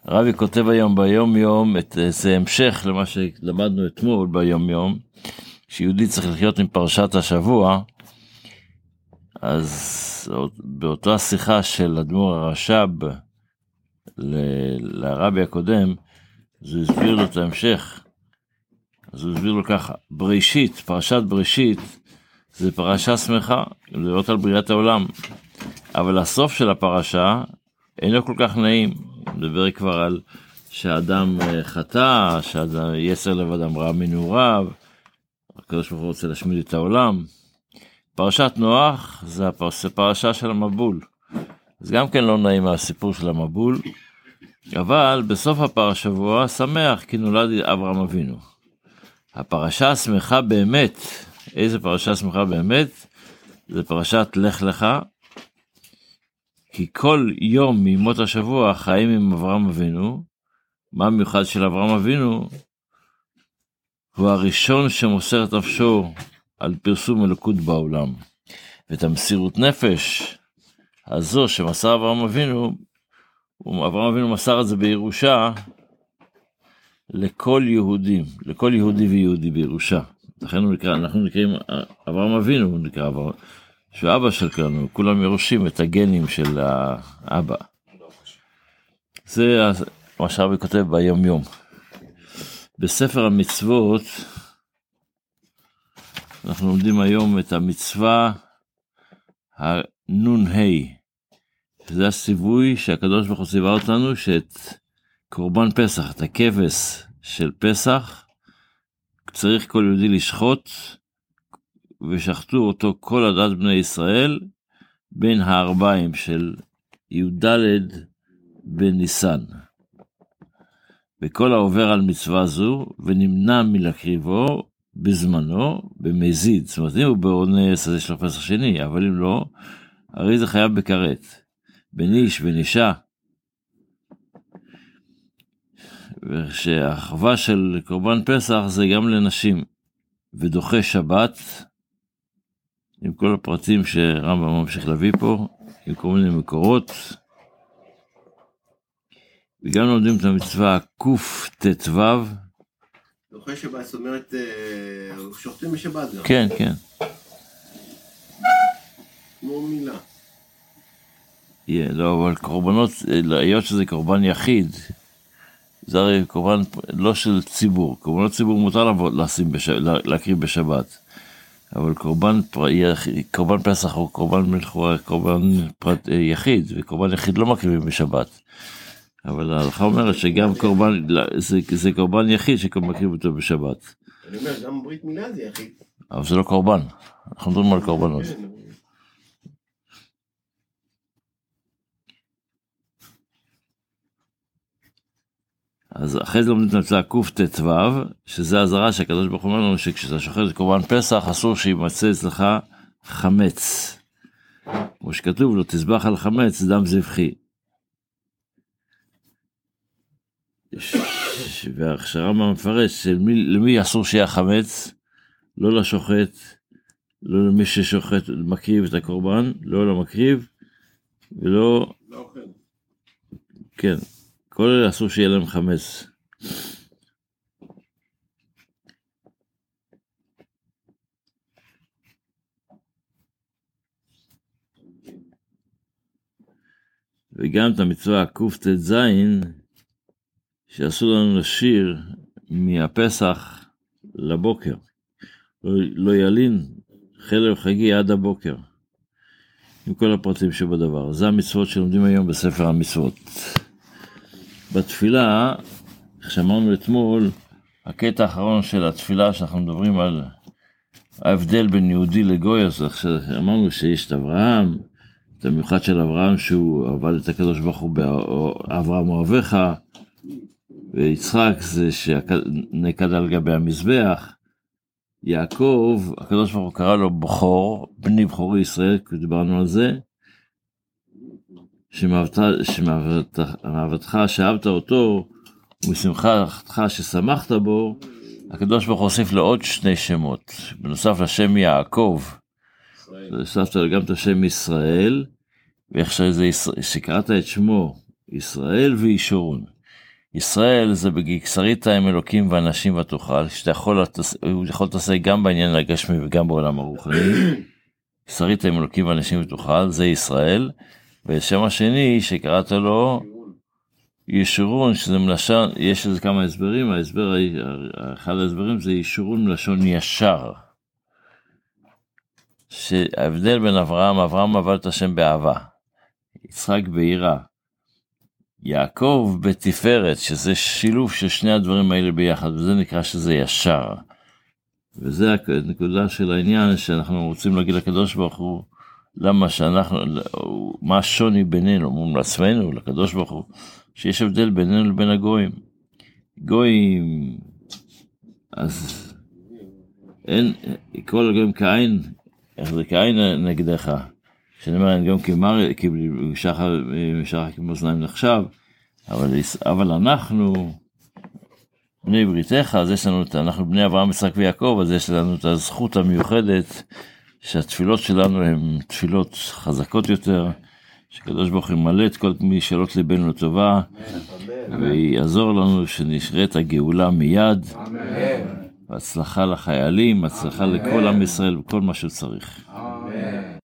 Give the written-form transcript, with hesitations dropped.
רבי כותב היום ביום יום זה המשך למה שלמדנו אתמול ביום יום, שיהודי צריך לחיות עם פרשת השבוע. אז באותה שיחה של אדמו"ר הרש"ב לרבי הקודם, אז הוא הסביר לו את ההמשך. אז הוא הסביר לו ככה: בראשית, פרשת בראשית זה פרשה שמחה, לראות על בריאת העולם, אבל הסוף של הפרשה אינו כל כך נעים. מדבר כבר על שהאדם חטא, שהאדם יצר לבד אמרה מנעוריו, הקדוש ברוך הוא רוצה להשמיד את העולם. פרשת נוח זה הפרשה של המבול, אז גם כן לא נעים מהסיפור של המבול, אבל בסוף הפרשבוע שמח כי נולד אברהם אבינו. הפרשה השמחה באמת, איזה פרשה שמחה באמת? זה פרשת לך לך, כי כל יום מימות השבוע חיים עם אברהם אבינו. מה מיוחד של אברהם אבינו? הוא הראשון שמוסר את נפשו על פרסום אלוקות בעולם, ואת המסירות נפש הזו שמסר אברהם אבינו, אברהם אבינו מסר את זה בירושה לכל יהודים, לכל יהודי ויהודי בירושה. לכן אנחנו נקראים אברהם אבינו, הוא נקרא אברהם, שהוא אבא של כולנו, כולם ירושים את הגנים של האבא. זה מה שרבי כותב ביום יום. בספר המצוות אנחנו לומדים היום את המצווה הנ"ה, שזה הציווי שהקדוש ברוך הוא ציווה אותנו, שאת קורבן פסח, את הכבש של פסח, צריך כל יהודי לשחוט, ושחטו אותו כל עדת בני ישראל בין הערביים של י"ד בניסן. וכל העובר על מצווה זו ונמנע מלהקריבו בזמנו במזיד, זאת אומרת אם הוא באונס אז יש לו פסח שני, אבל אם לא, הרי זה חייב בכרת, בין איש ונישה. ושהחובה של קורבן פסח זה גם לנשים, ודוחה שבת, עם כל הפרטים שרמב"ם ממשיך להביא פה, עם כל מיני מקורות. וגם לומדים את המצווה קט"ו. דוחה שבת, זאת אומרת, שוחטים בשבת גם. כן, כן. כמו מילה. לא, אבל קורבנות, היות שזה קורבן יחיד, זה הרי קורבן לא של ציבור. קורבנות ציבור מותר להקריב בשבת. אבל קורבן פסח הוא קורבן יחיד, וקורבן יחיד לא מקריבים בשבת. אבל ההלכה אומרת שגם קורבן, זה קורבן יחיד שמקריב אותו בשבת. אני אומר, גם ברית מילה זה יחיד. אבל זה לא קורבן, אנחנו מדברים על קורבנות. אז אחרי זה לומדים את המצווה קט"ו, שזה הזרה שהקדוש ברוך הוא אומר לנו שכשאתה שוחט את קורבן פסח, אסור שימצא אצלך חמץ. כמו שכתוב לו, תזבח על חמץ, דם זבחי. והרמב"ם מפרש למי אסור שיהיה חמץ? לא לשוחט, לא למי ששוחט מקריב את הקורבן, לא למקריב, ולא... לא אוכל. כן. כל אלה אסור שיהיה להם חמץ. וגם את המצווה קט"ז, שאסור לנו לשיר מהפסח לבוקר. לא ילין חלב חגי עד הבוקר. עם כל הפרטים שבדבר. זה המצוות שלומדים היום בספר המצוות. בתפילה, כשאמרנו אתמול, הקטע האחרון של התפילה שאנחנו מדברים על ההבדל בין יהודי לגוי, אז אמרנו שיש את אברהם, את המיוחד של אברהם שהוא עבד את הקדוש ברוך הוא באברהם אוהביך, ויצחק זה שנקד על גבי המזבח, יעקב, הקדוש ברוך הוא קרא לו בכור, בני בכורי ישראל, כי דיברנו על זה, שמעבדך שאהבת אותו, ומשמחתך ששמחת בו, הקדוש ברוך הוא הוסיף לו עוד שני שמות, בנוסף לשם יעקב, הוספת לו גם את השם ישראל, ואיך שקראת את שמו, ישראל וישורון. ישראל זה בגקסרית עם אלוקים ואנשים ותאכל, שאתה יכול להתעסק גם בעניין הגשמי וגם בעולם הרוחני. גקסרית עם אלוקים ואנשים ותאכל, זה ישראל. ושם השני שקראת לו ישורון, שזה מלשון, יש לזה כמה הסברים, אחד ההסברים זה ישורון מלשון ישר. שההבדל בין אברהם עבד את השם באהבה, יצחק ביראה, יעקב בתפארת, שזה שילוב של שני הדברים האלה ביחד, וזה נקרא שזה ישר. וזה הנקודה של העניין שאנחנו רוצים להגיד לקדוש ברוך הוא, למה שאנחנו, מה השוני בינינו, מול עצמנו, לקדוש ברוך הוא, שיש הבדל בינינו לבין הגויים. גויים, אז אין, כל הגויים כעין, איך זה כעין נגדך, שאני אומר, גם שחר כמאזניים נחשב, אבל אנחנו, בני בריתך, אז יש לנו, אנחנו בני אברהם, יצחק ויעקב, אז יש לנו את הזכות המיוחדת, שהתפילות שלנו הן תפילות חזקות יותר, שקדוש ברוך הוא ימלא את כל משאלות ליבנו לטובה, ויעזור לנו שנשרה את הגאולה מיד, והצלחה לחיילים, הצלחה לכל עם ישראל וכל מה שצריך.